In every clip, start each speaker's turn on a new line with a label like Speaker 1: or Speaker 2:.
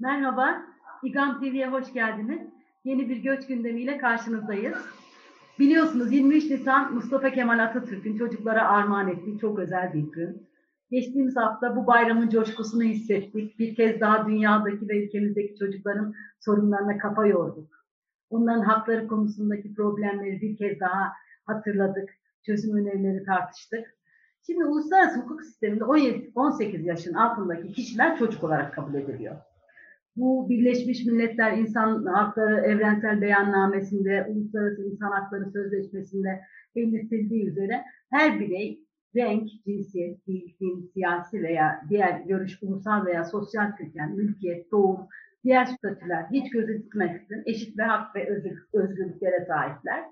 Speaker 1: Merhaba, İGAM TV'ye hoş geldiniz. Yeni bir göç gündemiyle karşınızdayız. Biliyorsunuz 23 Nisan Mustafa Kemal Atatürk'ün çocuklara armağan ettiği çok özel bir gün. Geçtiğimiz hafta bu bayramın coşkusunu hissettik. Bir kez daha dünyadaki ve ülkemizdeki çocukların sorunlarına kafa yorduk. Onların hakları konusundaki problemleri bir kez daha hatırladık. Çözüm önerileri tartıştık. Şimdi uluslararası hukuk sisteminde 18 yaşın altındaki kişiler çocuk olarak kabul ediliyor. Bu Birleşmiş Milletler İnsan Hakları Evrensel Beyannamesi'nde, Uluslararası İnsan Hakları Sözleşmesi'nde belirtildiği üzere her birey renk, cinsiyet, dil, din, siyasi veya diğer görüş, ulusal veya sosyal köken, mülkiyet, doğum, diğer statüler hiç gözetmeksizin eşit ve hak ve özgürlüklere sahipler.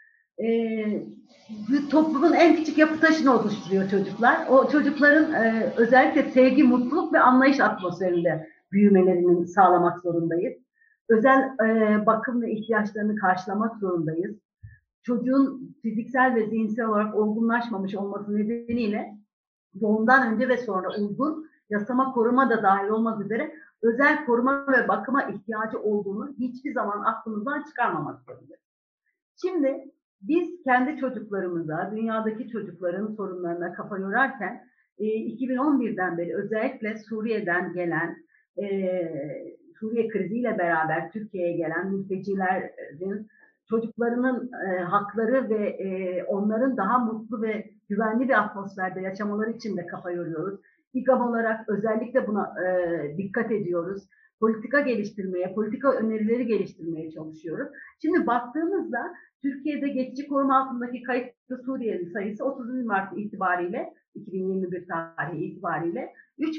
Speaker 1: Toplumun en küçük yapı taşını oluşturuyor çocuklar. O çocukların özellikle sevgi, mutluluk ve anlayış atmosferinde büyümelerini sağlamak zorundayız. Özel bakım ve ihtiyaçlarını karşılamak zorundayız. Çocuğun fiziksel ve zihinsel olarak olgunlaşmamış olması nedeniyle doğumdan önce ve sonra uygun yasama, koruma da dahil olmak üzere özel koruma ve bakıma ihtiyacı olduğunu hiçbir zaman aklımızdan çıkarmamak zorundayız. Şimdi biz kendi çocuklarımıza, dünyadaki çocukların sorunlarına kafa yorarken 2011'den beri özellikle Suriye'den gelen, Suriye kriziyle beraber Türkiye'ye gelen mültecilerin çocuklarının hakları ve onların daha mutlu ve güvenli bir atmosferde yaşamaları için de kafa yoruyoruz. İGAM olarak özellikle buna dikkat ediyoruz. Politika geliştirmeye, politika önerileri geliştirmeye çalışıyoruz. Şimdi baktığımızda Türkiye'de geçici koruma altındaki kayıtlı Suriyeli sayısı 30 Mart itibariyle 2021 tarihi itibariyle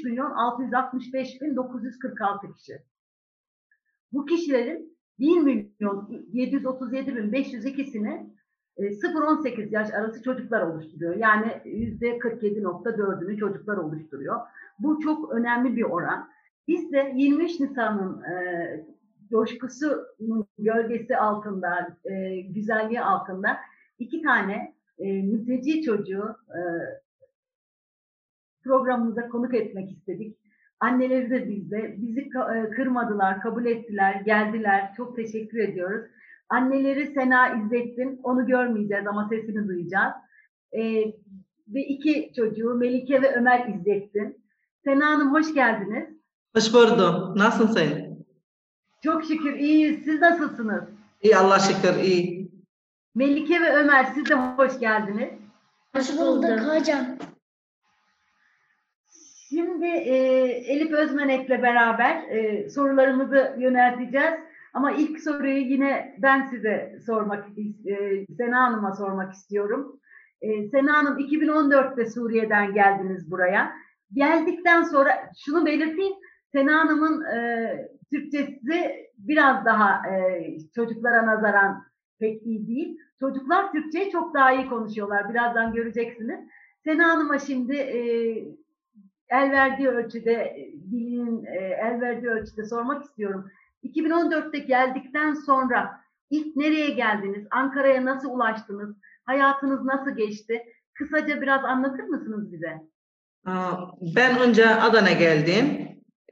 Speaker 1: 3.665.946 kişi. Bu kişilerin 1.737.502'sini 0-18 yaş arası çocuklar oluşturuyor. Yani %47.4'ünü çocuklar oluşturuyor. Bu çok önemli bir oran. Biz de 23 Nisan'ın coşkusunun gölgesi altında, güzelliği altında 2 tane mülteci çocuğu programımıza konuk etmek istedik. Anneleri de bizde. Bizi kırmadılar, kabul ettiler, geldiler. Çok teşekkür ediyoruz. Anneleri Sena İzzettin, onu görmeyeceğiz ama sesini duyacağız. Ve 2 çocuğu Melike ve Ömer İzzettin. Sena Hanım hoş geldiniz.
Speaker 2: Hoş buldum. Nasılsın?
Speaker 1: Çok şükür iyiyiz. Siz nasılsınız?
Speaker 2: İyi, Allah şükür iyi.
Speaker 1: Melike ve Ömer siz de hoş geldiniz.
Speaker 3: Hoş bulduk hocam.
Speaker 1: Şimdi Elif Özmenek'le beraber sorularımızı yönelteceğiz. Ama ilk soruyu yine ben size Sena Hanım'a sormak istiyorum. Sena Hanım 2014'te Suriye'den geldiniz buraya. Geldikten sonra şunu belirteyim, Sena Hanım'ın Türkçesi biraz daha çocuklara nazaran pek iyi değil. Çocuklar Türkçeyi çok daha iyi konuşuyorlar. Birazdan göreceksiniz. Sena Hanım'a şimdi el verdiği ölçüde, dilinin el verdiği ölçüde sormak istiyorum. 2014'te geldikten sonra ilk nereye geldiniz? Ankara'ya nasıl ulaştınız? Hayatınız nasıl geçti? Kısaca biraz anlatır mısınız bize?
Speaker 2: Ben önce Adana geldim.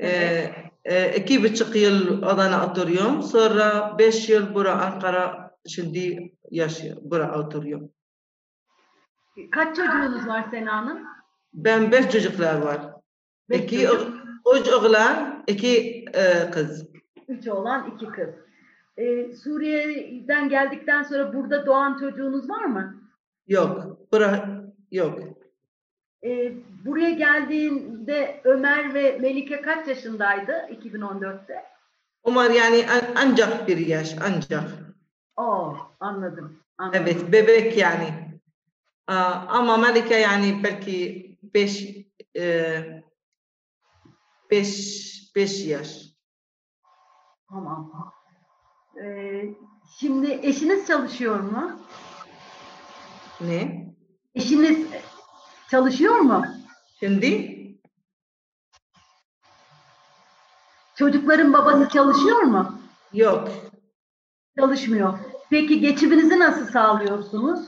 Speaker 2: 2,5 yıl Adana oturuyorum. Sonra 5 yıl bura Ankara, şimdi yaşıyorum. Bura oturuyorum.
Speaker 1: Kaç çocuğunuz var Sena Hanım?
Speaker 2: Ben 5 çocuklar var. 3 oğlan, 2 kız.
Speaker 1: 3 oğlan, 2 kız. Suriye'den geldikten sonra burada doğan çocuğunuz var mı?
Speaker 2: Yok. Bura yok.
Speaker 1: Buraya geldiğinde Ömer ve Melike kaç yaşındaydı 2014'te?
Speaker 2: Ömer yani ancak 1 yaş, ancak.
Speaker 1: Anladım.
Speaker 2: Evet, bebek yani. Ama Melike yani belki 5 yaş.
Speaker 1: Tamam. Şimdi eşiniz çalışıyor mu?
Speaker 2: Ne?
Speaker 1: Eşiniz çalışıyor mu?
Speaker 2: Şimdi?
Speaker 1: Çocukların babası çalışıyor mu?
Speaker 2: Yok.
Speaker 1: Çalışmıyor. Peki geçiminizi nasıl sağlıyorsunuz?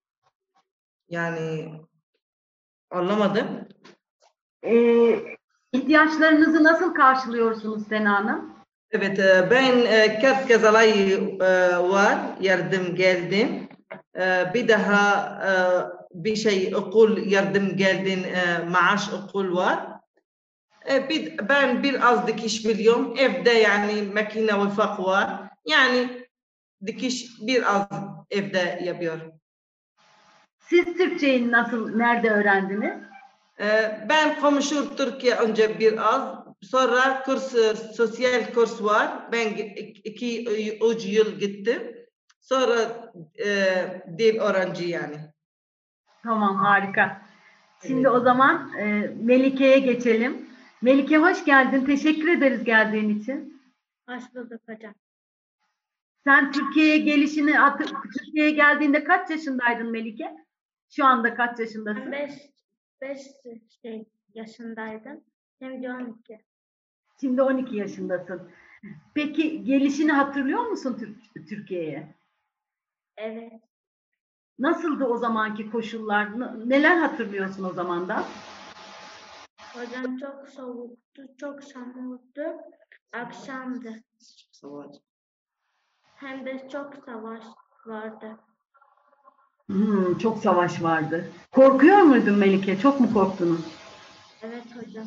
Speaker 2: Yani anlamadım.
Speaker 1: İhtiyaçlarınızı nasıl karşılıyorsunuz Sena Hanım?
Speaker 2: Evet, ben kart kazalay var, yardım geldim. Bir daha bir şey okul yardım geldin, maaş okul var. Ben biraz dikiş biliyorum. Evde yani makine ve fak var. Yani dikiş biraz evde yapıyorum.
Speaker 1: Siz Türkçeyi nerede öğrendiniz?
Speaker 2: Ben komşu Türkiye önce biraz, sonra sosyal kurs var. Ben 2-3 yıl gittim. Sonra dil öğrenci yani.
Speaker 1: Tamam, harika. Şimdi o zaman Melike'ye geçelim. Melike hoş geldin. Teşekkür ederiz geldiğin için.
Speaker 3: Hoş bulduk hocam.
Speaker 1: Sen Türkiye'ye geldiğinde kaç yaşındaydın Melike? Şu anda kaç yaşındasın?
Speaker 3: Ben 5 yaşındaydım. Şimdi 12.
Speaker 1: Şimdi 12 yaşındasın. Peki gelişini hatırlıyor musun Türkiye'ye?
Speaker 3: Evet.
Speaker 1: Nasıldı o zamanki koşullar? Neler hatırlıyorsun o zamandan?
Speaker 3: Hocam çok soğuktu, çok soğuktu. Akşamdı.
Speaker 2: Savaş.
Speaker 3: Hem de çok savaş vardı.
Speaker 1: Çok savaş vardı. Korkuyor muydun Melike? Çok mu korktunuz?
Speaker 3: Evet hocam.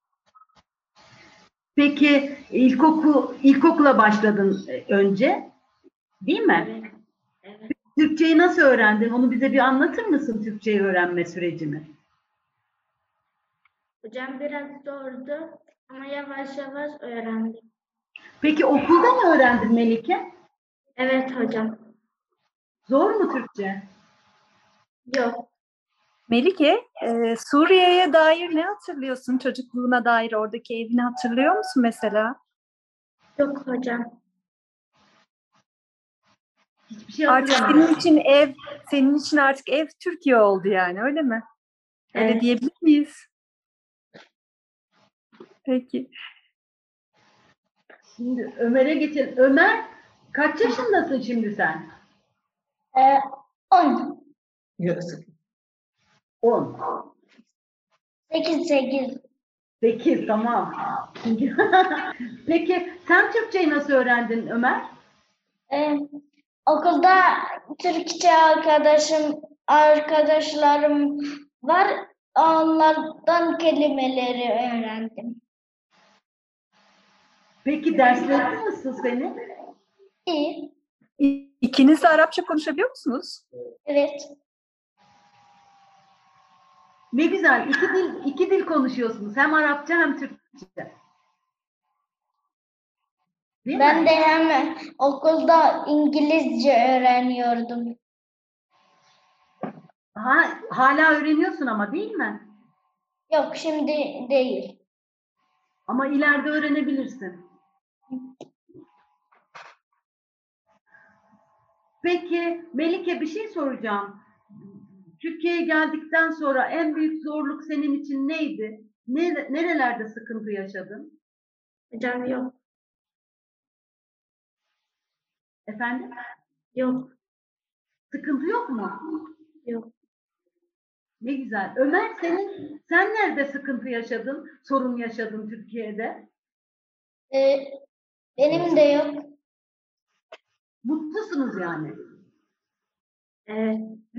Speaker 1: Peki ilkokula başladın önce, değil mi?
Speaker 3: Evet. Evet.
Speaker 1: Türkçeyi nasıl öğrendin? Onu bize bir anlatır mısın Türkçeyi öğrenme sürecini?
Speaker 3: Hocam biraz zordu ama yavaş yavaş öğrendim.
Speaker 1: Peki okulda mı öğrendin Melike?
Speaker 3: Evet hocam.
Speaker 1: Zor mu Türkçe?
Speaker 3: Yok.
Speaker 4: Melike, Suriye'ye dair ne hatırlıyorsun? Çocukluğuna dair oradaki evini hatırlıyor musun mesela?
Speaker 3: Yok hocam.
Speaker 1: Hiçbir şey
Speaker 4: Artık
Speaker 1: hatırlamıyorum.
Speaker 4: senin için artık ev Türkiye oldu yani, öyle mi? Öyle
Speaker 3: Evet.
Speaker 4: diyebilir miyiz? Peki.
Speaker 1: Şimdi Ömer'e geçelim. Ömer, kaç yaşındasın şimdi sen?
Speaker 3: 10.
Speaker 2: Yes.
Speaker 1: 10.
Speaker 3: 8.
Speaker 1: 8, tamam. Peki sen Türkçeyi nasıl öğrendin Ömer?
Speaker 3: Okulda Türkçe arkadaşlarım var. Onlardan kelimeleri öğrendim.
Speaker 1: Peki derslerin nasıl senin?
Speaker 3: İyi.
Speaker 4: İkiniz de Arapça konuşabiliyor musunuz?
Speaker 3: Evet.
Speaker 1: Ne güzel. İki dil konuşuyorsunuz. Hem Arapça hem Türkçe. Değil
Speaker 3: Ben
Speaker 1: mi?
Speaker 3: de hem okulda İngilizce öğreniyordum.
Speaker 1: Hala öğreniyorsun ama değil mi?
Speaker 3: Yok şimdi değil.
Speaker 1: Ama ileride öğrenebilirsin. Peki Melike bir şey soracağım. Türkiye'ye geldikten sonra en büyük zorluk senin için neydi? Nerelerde sıkıntı yaşadın?
Speaker 3: Hocam yok.
Speaker 1: Efendim?
Speaker 3: Yok.
Speaker 1: Sıkıntı yok mu?
Speaker 3: Yok.
Speaker 1: Ne güzel. Ömer sen nerede sıkıntı yaşadın? Sorun yaşadın Türkiye'de?
Speaker 3: Benim de yok.
Speaker 1: Mutlusunuz yani.
Speaker 3: Evet.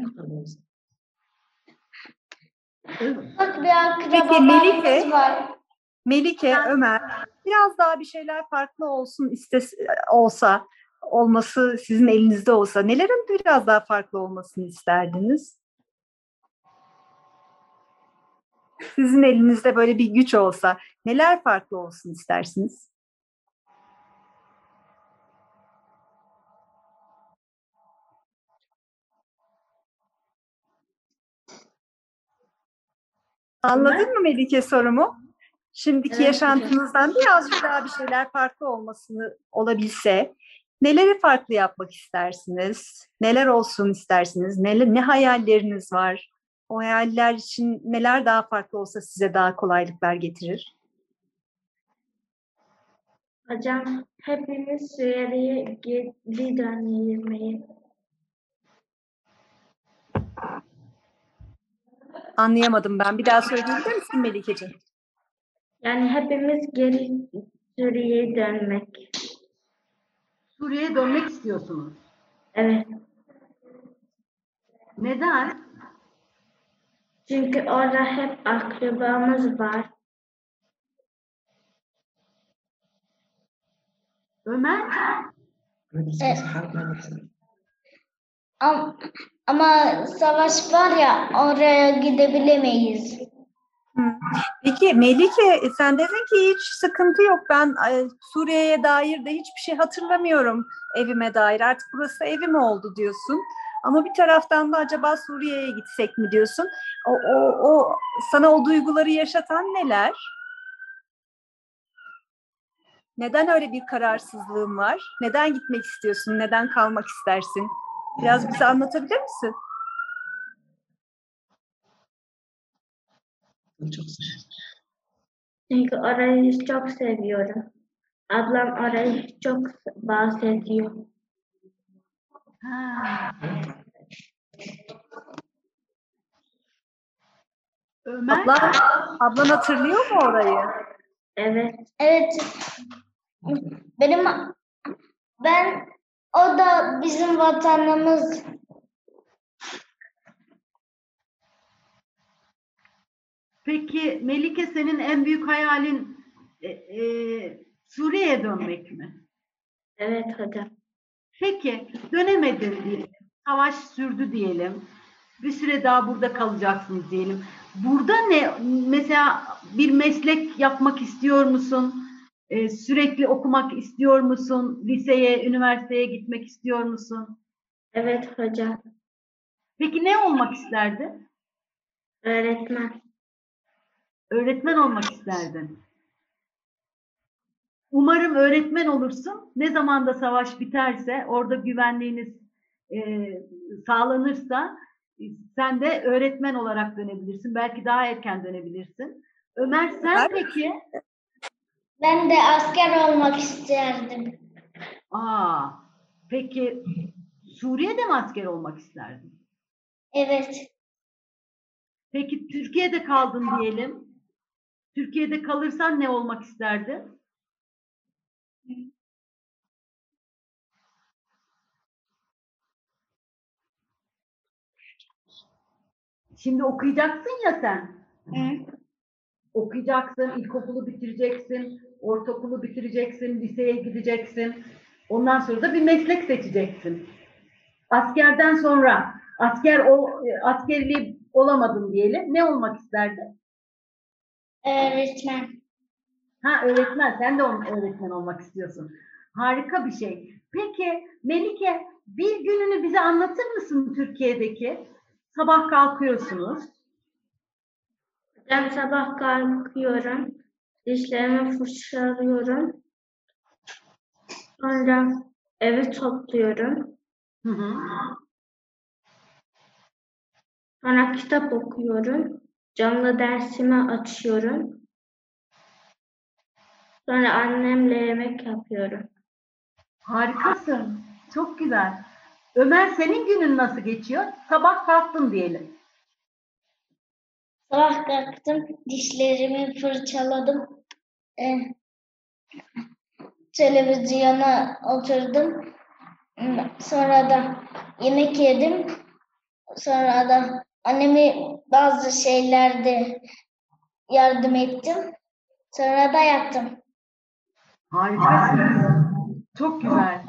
Speaker 1: Evet.
Speaker 3: Bak bir
Speaker 4: Peki
Speaker 3: akrabalarımız var.
Speaker 4: Melike, Ömer, biraz daha bir şeyler farklı olması sizin elinizde olsa, nelerin biraz daha farklı olmasını isterdiniz? Sizin elinizde böyle bir güç olsa, neler farklı olsun istersiniz? Anladın mı Melike sorumu? Şimdiki
Speaker 3: Evet,
Speaker 4: yaşantınızdan birazcık daha bir şeyler farklı olabilse, neleri farklı yapmak istersiniz? Neler olsun istersiniz? Ne hayalleriniz var? O hayaller için neler daha farklı olsa size daha kolaylıklar getirir?
Speaker 3: Hocam hepimiz Suriye'ye geri dönmeyi.
Speaker 4: Anlayamadım ben. Bir daha söyleyebilir misin Melike'ciğim?
Speaker 3: Yani hepimiz geri Suriye'ye dönmek.
Speaker 1: Suriye'ye dönmek istiyorsunuz.
Speaker 3: Evet.
Speaker 1: Neden?
Speaker 3: Çünkü orada hep akrabamız var.
Speaker 1: Ömer?
Speaker 3: Ama savaş var ya, oraya gidebilemeyiz.
Speaker 4: Peki Melike, sen dedin ki hiç sıkıntı yok. Ben Suriye'ye dair de hiçbir şey hatırlamıyorum, evime dair. Artık burası evim oldu diyorsun. Ama bir taraftan da acaba Suriye'ye gitsek mi diyorsun. O sana o duyguları yaşatan neler? Neden öyle bir kararsızlığın var? Neden gitmek istiyorsun? Neden kalmak istersin? Biraz bize anlatabilir misin?
Speaker 3: Çünkü orayı çok seviyorum. Ablam orayı çok bahsediyor.
Speaker 1: Ha. Ömer?
Speaker 4: Ablan hatırlıyor mu orayı?
Speaker 3: Evet. Evet. O da bizim vatanımız.
Speaker 1: Peki Melike, senin en büyük hayalin Suriye'ye dönmek mi?
Speaker 3: Evet hocam.
Speaker 1: Peki dönemedin diyelim. Savaş sürdü diyelim. Bir süre daha burada kalacaksınız diyelim. Burada ne? Mesela bir meslek yapmak istiyor musun? Sürekli okumak istiyor musun? Liseye, üniversiteye gitmek istiyor musun?
Speaker 3: Evet hocam.
Speaker 1: Peki ne olmak isterdin?
Speaker 3: Öğretmen.
Speaker 1: Öğretmen olmak isterdin. Umarım öğretmen olursun. Ne zaman da savaş biterse, orada güvenliğiniz sağlanırsa sen de öğretmen olarak dönebilirsin. Belki daha erken dönebilirsin. Ömer, sen peki?
Speaker 3: Ben de asker olmak isterdim.
Speaker 1: Peki Suriye'de mi asker olmak isterdin?
Speaker 3: Evet.
Speaker 1: Peki Türkiye'de kaldın diyelim. Türkiye'de kalırsan ne olmak isterdin? Şimdi okuyacaksın ya sen. Okuyacaksın, ilkokulu bitireceksin, ortaokulu bitireceksin, liseye gideceksin. Ondan sonra da bir meslek seçeceksin. Askerden sonra askerliği olamadın diyelim. Ne olmak isterdin?
Speaker 3: Öğretmen.
Speaker 1: Öğretmen. Sen de öğretmen olmak istiyorsun. Harika bir şey. Peki Melike, bir gününü bize anlatır mısın Türkiye'deki? Sabah kalkıyorsunuz.
Speaker 3: Ben sabah kalkıyorum. Dişlerimi fırçalıyorum. Sonra evi topluyorum.
Speaker 1: Hı hı.
Speaker 3: Sonra kitap okuyorum. Canlı dersimi açıyorum. Sonra annemle yemek yapıyorum.
Speaker 1: Harikasın. Çok güzel. Ömer, senin günün nasıl geçiyor? Sabah kalktın diyelim.
Speaker 3: Sabah kalktım, dişlerimi fırçaladım. Televizyona oturdum. Sonra da yemek yedim. Sonra da anneme bazı şeylerde yardım ettim. Sonra da yattım.
Speaker 1: Harikasın. Çok güzel.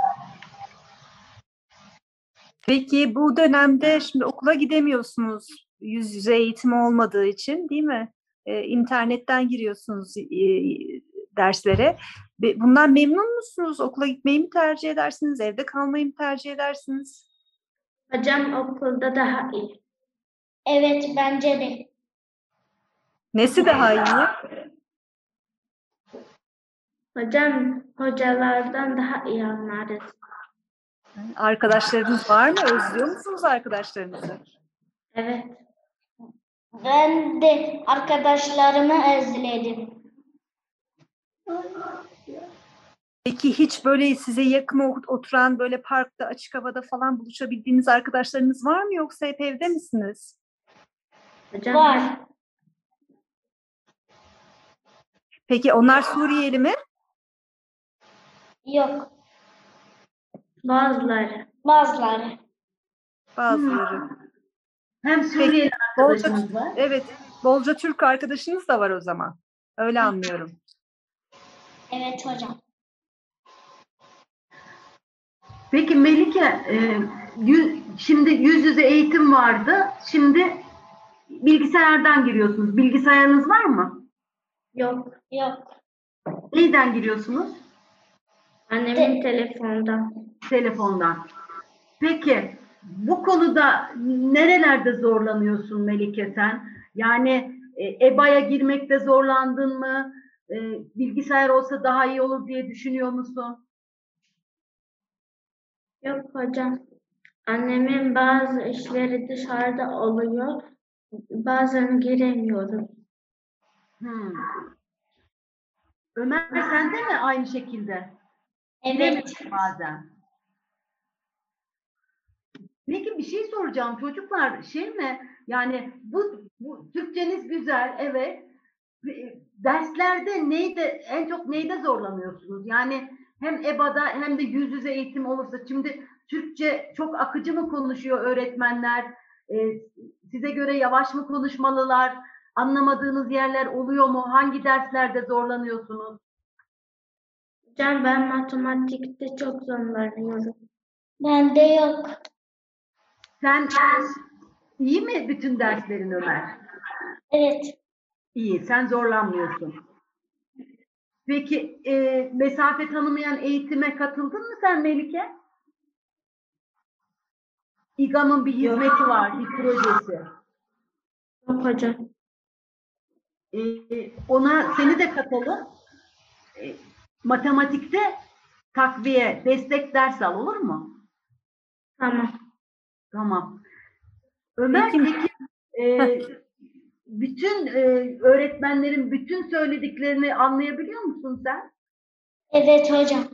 Speaker 4: Peki bu dönemde şimdi okula gidemiyorsunuz, yüz yüze eğitim olmadığı için, değil mi? İnternetten giriyorsunuz derslere. Bundan memnun musunuz? Okula gitmeyi mi tercih edersiniz? Evde kalmayı mı tercih edersiniz?
Speaker 3: Hocam okulda daha iyi. Evet, bence de.
Speaker 4: Nesi daha iyi?
Speaker 3: Hocam hocalardan daha iyi anlarız.
Speaker 4: Arkadaşlarınız var mı? Özlüyor musunuz arkadaşlarınızı?
Speaker 3: Evet. Ben de arkadaşlarımı özledim.
Speaker 4: Peki hiç böyle size yakın oturan, böyle parkta, açık havada falan buluşabildiğiniz arkadaşlarınız var mı, yoksa hep evde misiniz?
Speaker 3: Hocam var.
Speaker 4: Peki onlar Suriyeli mi?
Speaker 3: Yok. Bazıları. Bazıları.
Speaker 4: Bazıları.
Speaker 1: Hem Suriyeli
Speaker 4: Bolca,
Speaker 1: arkadaşınız var.
Speaker 4: evet, bolca Türk arkadaşınız da var o zaman. Öyle anlıyorum.
Speaker 3: Evet hocam.
Speaker 1: Peki Melike, şimdi yüz yüze eğitim vardı. Şimdi bilgisayardan giriyorsunuz. Bilgisayarınız var mı?
Speaker 3: Yok. Yok.
Speaker 1: Neyden giriyorsunuz?
Speaker 3: Annemin telefondan.
Speaker 1: Telefondan. Peki bu konuda nerelerde zorlanıyorsun Melike sen? Yani EBA'ya girmekte zorlandın mı? Bilgisayar olsa daha iyi olur diye düşünüyor musun?
Speaker 3: Yok hocam. Annemin bazı işleri dışarıda oluyor. Bazen giremiyorum.
Speaker 1: Hmm. Ömer sende mi aynı şekilde?
Speaker 3: Evet.
Speaker 1: Giremiyorsun bazen. Peki bir şey soracağım çocuklar şey mi? Yani bu Türkçeniz güzel evet. Derslerde en çok neyde zorlanıyorsunuz? Yani hem EBA'da hem de yüz yüze eğitim olursa şimdi Türkçe çok akıcı mı konuşuyor öğretmenler? Size göre yavaş mı konuşmalılar? Anlamadığınız yerler oluyor mu? Hangi derslerde zorlanıyorsunuz?
Speaker 3: Hocam ben matematikte çok zorlanıyorum. Bende yok.
Speaker 1: Sen iyi mi bütün derslerin Ömer?
Speaker 3: Evet.
Speaker 1: İyi, sen zorlanmıyorsun. Peki mesafe tanımayan eğitime katıldın mı sen Melike? İGAM'ın bir hizmeti var, bir projesi.
Speaker 3: Yok hocam.
Speaker 1: Ona seni de katalım. Matematikte takviye, destek ders al olur mu?
Speaker 3: Tamam.
Speaker 1: Tamam. Ömer
Speaker 4: Peki.
Speaker 1: peki bütün öğretmenlerin bütün söylediklerini anlayabiliyor musun sen?
Speaker 3: Evet hocam.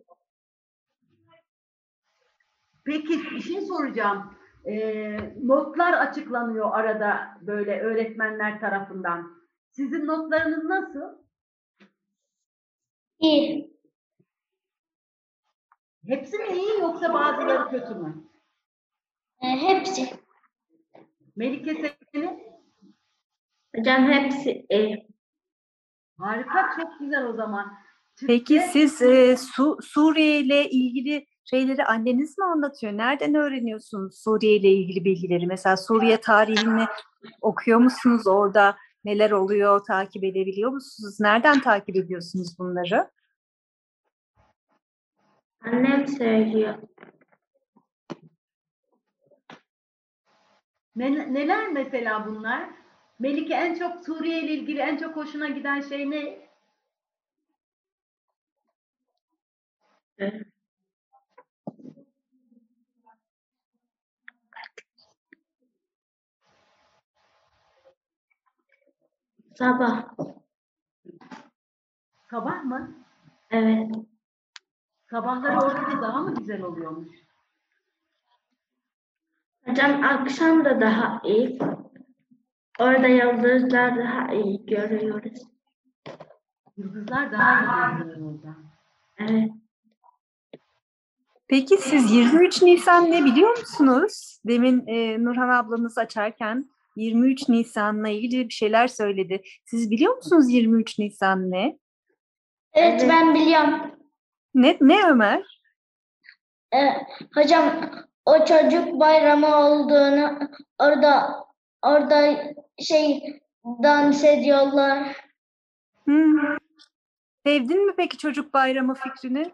Speaker 1: Peki bir şey soracağım. Notlar açıklanıyor arada böyle öğretmenler tarafından. Sizin notlarınız nasıl?
Speaker 3: İyi.
Speaker 1: Hepsi mi iyi yoksa bazıları kötü mü?
Speaker 3: Hepsi.
Speaker 1: Melike senin?
Speaker 3: Hocam hepsi iyi.
Speaker 1: Harika, çok güzel o zaman.
Speaker 4: Peki siz Suriye ile ilgili şeyleri anneniz mi anlatıyor? Nereden öğreniyorsunuz Suriye ile ilgili bilgileri? Mesela Suriye tarihini okuyor musunuz orada? Neler oluyor? Takip edebiliyor musunuz? Nereden takip ediyorsunuz bunları?
Speaker 3: Annem söylüyor.
Speaker 1: Neler mesela bunlar? Melike en çok Suriye ile ilgili en çok hoşuna giden şey ne?
Speaker 3: Sabah.
Speaker 1: Sabah mı?
Speaker 3: Evet.
Speaker 1: Sabahları orada daha mı güzel oluyormuş?
Speaker 3: Hocam akşam da daha iyi. Orada yıldızlar daha iyi görüyoruz.
Speaker 1: Yıldızlar daha iyi görünüyor orada.
Speaker 3: Evet.
Speaker 4: Peki siz 23 Nisan ne biliyor musunuz? Demin Nurhan ablamız açarken 23 Nisan'la ilgili bir şeyler söyledi. Siz biliyor musunuz 23 Nisan ne?
Speaker 3: Evet ben biliyorum.
Speaker 4: Ne Ömer?
Speaker 3: Hocam o çocuk bayramı olduğunu orada dans ediyorlar.
Speaker 4: Sevdin mi peki çocuk bayramı fikrini?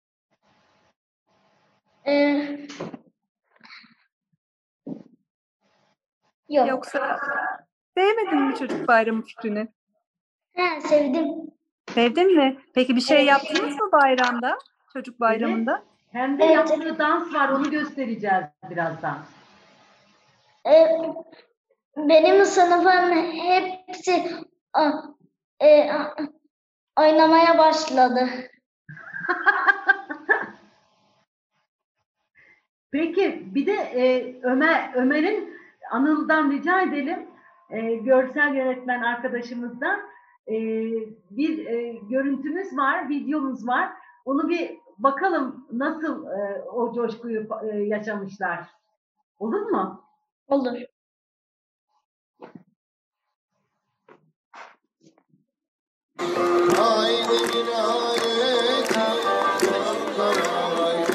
Speaker 3: Yok.
Speaker 4: Yoksa sevmedin mi çocuk bayramı fikrini?
Speaker 3: Sevdim.
Speaker 4: Sevdin mi? Peki bir şey
Speaker 3: Evet.
Speaker 4: yaptınız mı bayramda? Çocuk bayramında?
Speaker 1: Evet. Hem de
Speaker 3: Evet.
Speaker 1: yaptığı dans var, onu göstereceğiz birazdan.
Speaker 3: Benim sınıfın hepsi oynamaya başladı.
Speaker 1: Peki bir de Ömer'in Anıl'dan rica edelim, görsel yönetmen arkadaşımızdan. bir görüntümüz var, videomuz var. Onu bir bakalım nasıl o coşkuyu yaşamışlar. Olur mu?
Speaker 3: Olur.
Speaker 5: Haydi minareti Ankara.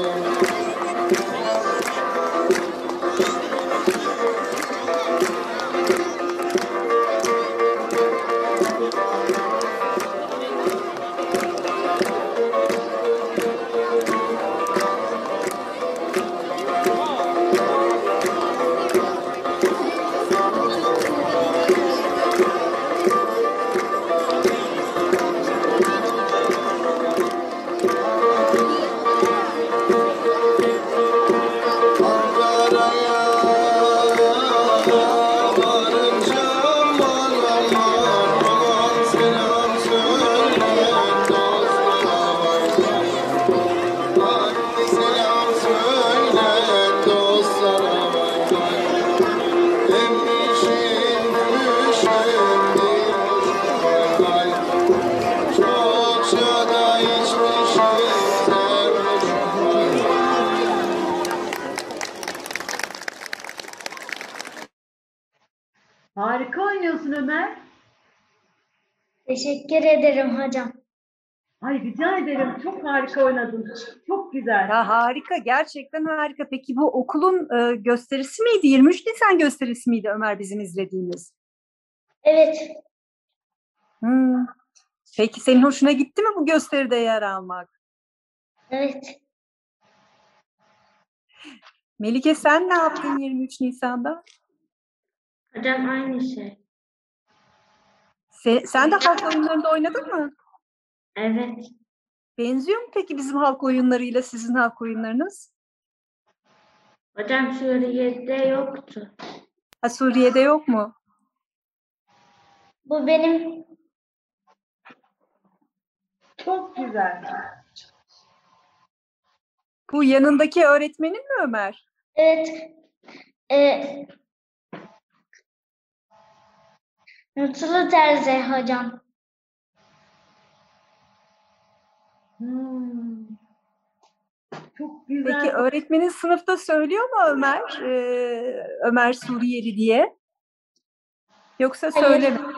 Speaker 5: Ankara'ya varınca aman aman aman selam söyle dostlara vay vay. Haydi selam söyle dostlara vay vay. Emmişim gümüşüm diyor vay vay. Çokça da içmişim sevmişim vay vay.
Speaker 1: Harika oynuyorsun Ömer.
Speaker 3: Teşekkür ederim hocam.
Speaker 1: Ay rica ederim. Çok harika oynadın. Çok güzel.
Speaker 4: Ya harika, gerçekten harika. Peki bu okulun gösterisi miydi? 23 Nisan gösterisi miydi Ömer bizim izlediğimiz?
Speaker 3: Evet.
Speaker 4: Hmm. Peki senin hoşuna gitti mi bu gösteride yer almak?
Speaker 3: Evet.
Speaker 4: Melike sen ne yaptın 23 Nisan'da?
Speaker 3: Hocam aynı şey.
Speaker 4: Sen de halk oyunlarında oynadın mı?
Speaker 3: Evet.
Speaker 4: Benziyor mu peki bizim halk oyunlarıyla sizin halk oyunlarınız?
Speaker 3: Hocam Suriye'de yoktu.
Speaker 4: Ha, Suriye'de yok mu?
Speaker 3: Bu benim
Speaker 1: Çok güzel.
Speaker 4: Bu yanındaki öğretmenin mi Ömer?
Speaker 3: evet. Nutulu Terzi hocam.
Speaker 1: Hmm. Çok güzel.
Speaker 4: Peki öğretmenin sınıfta söylüyor mu Ömer? Ömer Suriyeli diye. Yoksa
Speaker 3: Hayır.
Speaker 4: söylemiyor.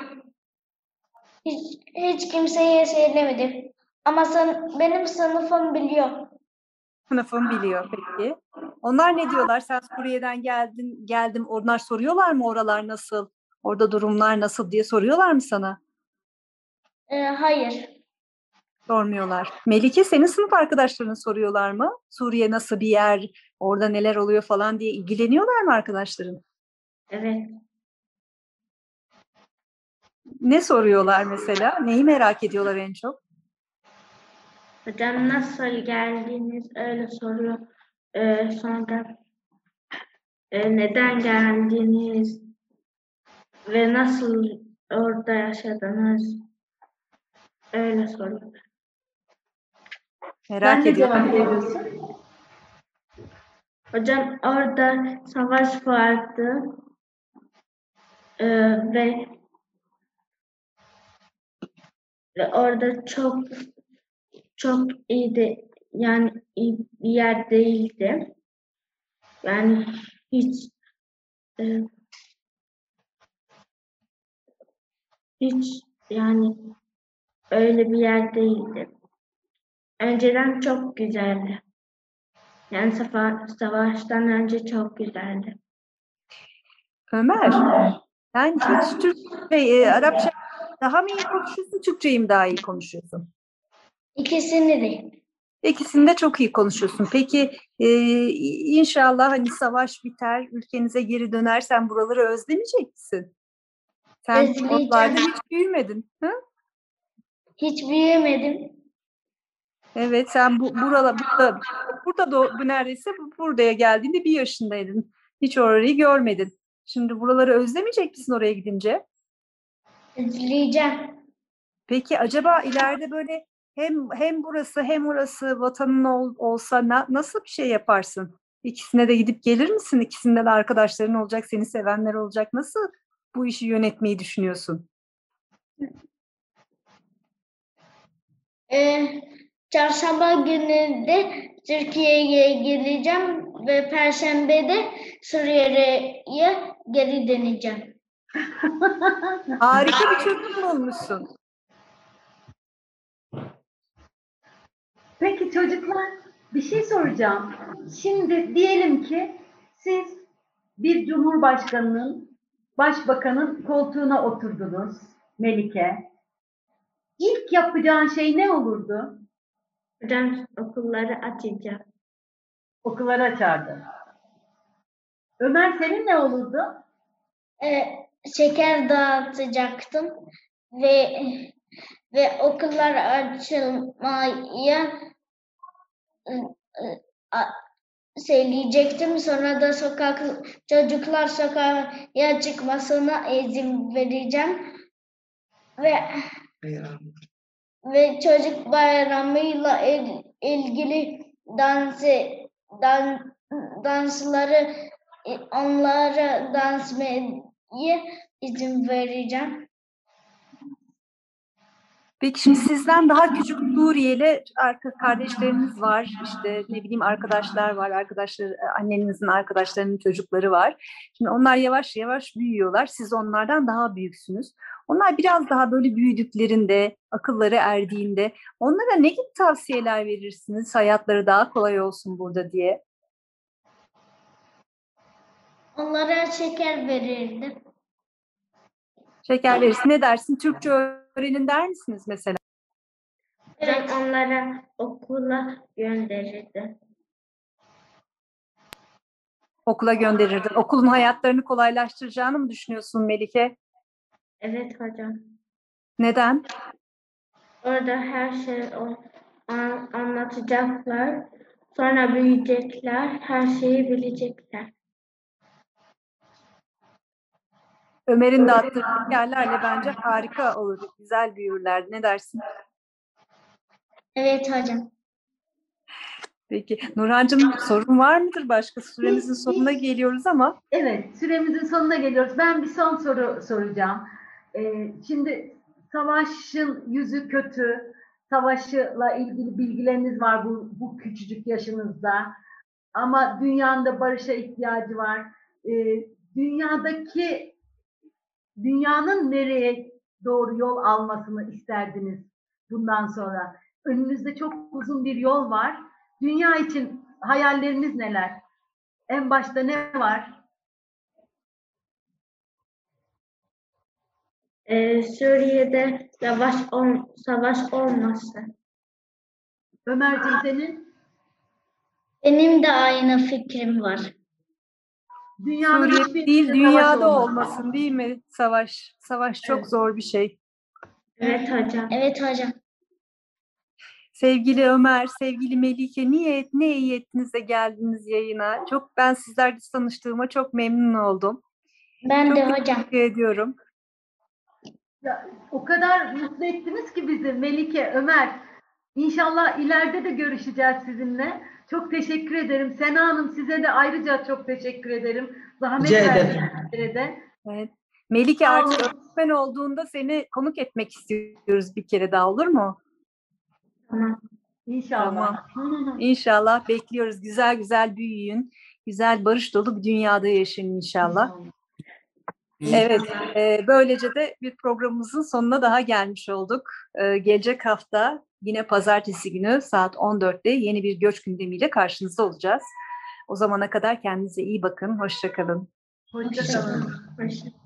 Speaker 3: Hiç kimseye söylemedim. Ama benim sınıfım biliyor.
Speaker 4: Sınıfım biliyor peki. Onlar ne diyorlar? Sen Suriye'den geldim. Onlar soruyorlar mı oralar nasıl? Orada durumlar nasıl diye soruyorlar mı sana?
Speaker 3: Hayır.
Speaker 4: Sormuyorlar. Melike senin sınıf arkadaşlarını soruyorlar mı? Suriye nasıl bir yer? Orada neler oluyor falan diye ilgileniyorlar mı arkadaşların?
Speaker 3: Evet.
Speaker 4: Ne soruyorlar mesela? Neyi merak ediyorlar en çok?
Speaker 3: Hocam nasıl geldiniz öyle soruyor. Sonra neden geldiniz ve nasıl orada yaşadınız öyle soruyor.
Speaker 1: Sen
Speaker 4: Merak
Speaker 1: ne
Speaker 4: ediyorlar.
Speaker 1: cevap veriyorsun?
Speaker 3: Hocam orada savaş vardı ve orada çok iyiydi. Yani iyi bir yer değildi. Yani hiç e, hiç yani öyle bir yer değildi. Önceden çok güzeldi. Yani savaştan önce çok güzeldi.
Speaker 4: Ömer, sen hiç Arapça daha mı iyi konuşuyorsun, Türkçeyi mi daha iyi konuşuyorsun?
Speaker 3: İkisini de.
Speaker 4: İkisini de çok iyi konuşuyorsun. Peki inşallah hani savaş biter, ülkenize geri dönersen buraları özlemeyecek misin? Sen
Speaker 3: Özleyeceğim.
Speaker 4: oralarda hiç büyümedin. Hı?
Speaker 3: Hiç büyümedim.
Speaker 4: Evet, sen burada neredeyse buraya geldiğinde 1 yaşındaydın. Hiç orayı görmedin. Şimdi buraları özlemeyecek misin oraya gidince?
Speaker 3: Özleyeceğim.
Speaker 4: Peki acaba ileride böyle hem burası hem orası vatanın olsa nasıl bir şey yaparsın? İkisine de gidip gelir misin? İkisinde de arkadaşların olacak, seni sevenler olacak. Nasıl bu işi yönetmeyi düşünüyorsun?
Speaker 3: Çarşamba günü de Türkiye'ye geleceğim ve Perşembe de Suriye'ye geri döneceğim.
Speaker 4: Harika bir çözüm bulmuşsun.
Speaker 1: Peki çocuklar, bir şey soracağım. Şimdi diyelim ki siz bir cumhurbaşkanının, başbakanın koltuğuna oturdunuz, Melike. İlk yapacağın şey ne olurdu?
Speaker 3: Hocam okulları açacağım.
Speaker 1: Okulları açardın. Ömer, senin ne olurdu?
Speaker 3: Şeker dağıtacaktım ve okullar açılmaya söyleyecektim. Sonra da çocuklar sokağa çıkmasına izin vereceğim ve çocuk bayramıyla ilgili dansları onlara dans etmeye izin vereceğim.
Speaker 4: Peki şimdi sizden daha küçük Suriyeli kardeşleriniz var, işte ne bileyim arkadaşlar var, annenizin arkadaşlarının çocukları var. Şimdi onlar yavaş yavaş büyüyorlar, siz onlardan daha büyüksünüz. Onlar biraz daha böyle büyüdüklerinde, akılları erdiğinde onlara ne gibi tavsiyeler verirsiniz hayatları daha kolay olsun burada diye?
Speaker 3: Onlara şeker verirdim.
Speaker 4: Şeker verirsin, ne dersin? Türkçe öğrenin der misiniz mesela?
Speaker 3: Evet. Onlara okula gönderirdim.
Speaker 4: Okula gönderirdin. Okulun hayatlarını kolaylaştıracağını mı düşünüyorsun Melike?
Speaker 3: Evet hocam.
Speaker 4: Neden?
Speaker 3: Orada her şeyi anlatacaklar. Sonra büyüyecekler. Her şeyi bilecekler.
Speaker 4: Ömer'in de attığı şekerlerle bence harika olur. Güzel büyürler. Ne dersin?
Speaker 3: Evet hocam.
Speaker 4: Peki. Nurhancığım, sorun var mıdır başka? Süremizin sonuna geliyoruz ama.
Speaker 1: Evet, süremizin sonuna geliyoruz. Ben bir son soru soracağım. Şimdi savaşın yüzü kötü. Savaşla ilgili bilgileriniz var bu küçücük yaşınızda. Ama dünyanın da barışa ihtiyacı var. Dünyanın nereye doğru yol almasını isterdiniz bundan sonra? Önünüzde çok uzun bir yol var. Dünya için hayalleriniz neler? En başta ne var?
Speaker 3: Suriye'de savaş olmasın.
Speaker 1: Ömerciğim, senin?
Speaker 3: Benim de aynı fikrim var.
Speaker 1: Dünyanın
Speaker 4: Suriye
Speaker 1: hiçbir
Speaker 4: değil,
Speaker 1: yerinde savaş
Speaker 4: dünyada
Speaker 1: olmasın.
Speaker 4: olmasın değil mi? Savaş. Savaş çok
Speaker 1: Evet.
Speaker 4: zor bir şey.
Speaker 3: Evet hocam. Evet hocam.
Speaker 4: Sevgili Ömer, sevgili Melike, ne iyi ettiniz de geldiniz yayına. Ben sizlerle tanıştığıma çok memnun oldum.
Speaker 3: Ben
Speaker 4: Çok
Speaker 3: de hocam.
Speaker 4: teşekkür ediyorum.
Speaker 1: Ya, o kadar mutlu ettiniz ki bizi Melike, Ömer. İnşallah ileride de görüşeceğiz sizinle. Çok teşekkür ederim. Sena Hanım, size de ayrıca çok teşekkür ederim. Zahmet
Speaker 2: Rica
Speaker 1: verdiniz de.
Speaker 4: Evet. Melike,
Speaker 1: Sağ
Speaker 4: artık
Speaker 1: olun.
Speaker 4: öğretmen olduğunda seni konuk etmek istiyoruz bir kere daha, olur mu?
Speaker 3: Tamam.
Speaker 1: İnşallah.
Speaker 4: İnşallah bekliyoruz. Güzel güzel büyüyün. Güzel, barış dolu bir dünyada yaşayın inşallah. Evet, böylece de bir programımızın sonuna daha gelmiş olduk. Gelecek hafta yine pazartesi günü saat 14'te yeni bir göç gündemiyle karşınızda olacağız. O zamana kadar kendinize iyi bakın. Hoşça kalın.
Speaker 1: Hoşça kalın.
Speaker 3: Hoşça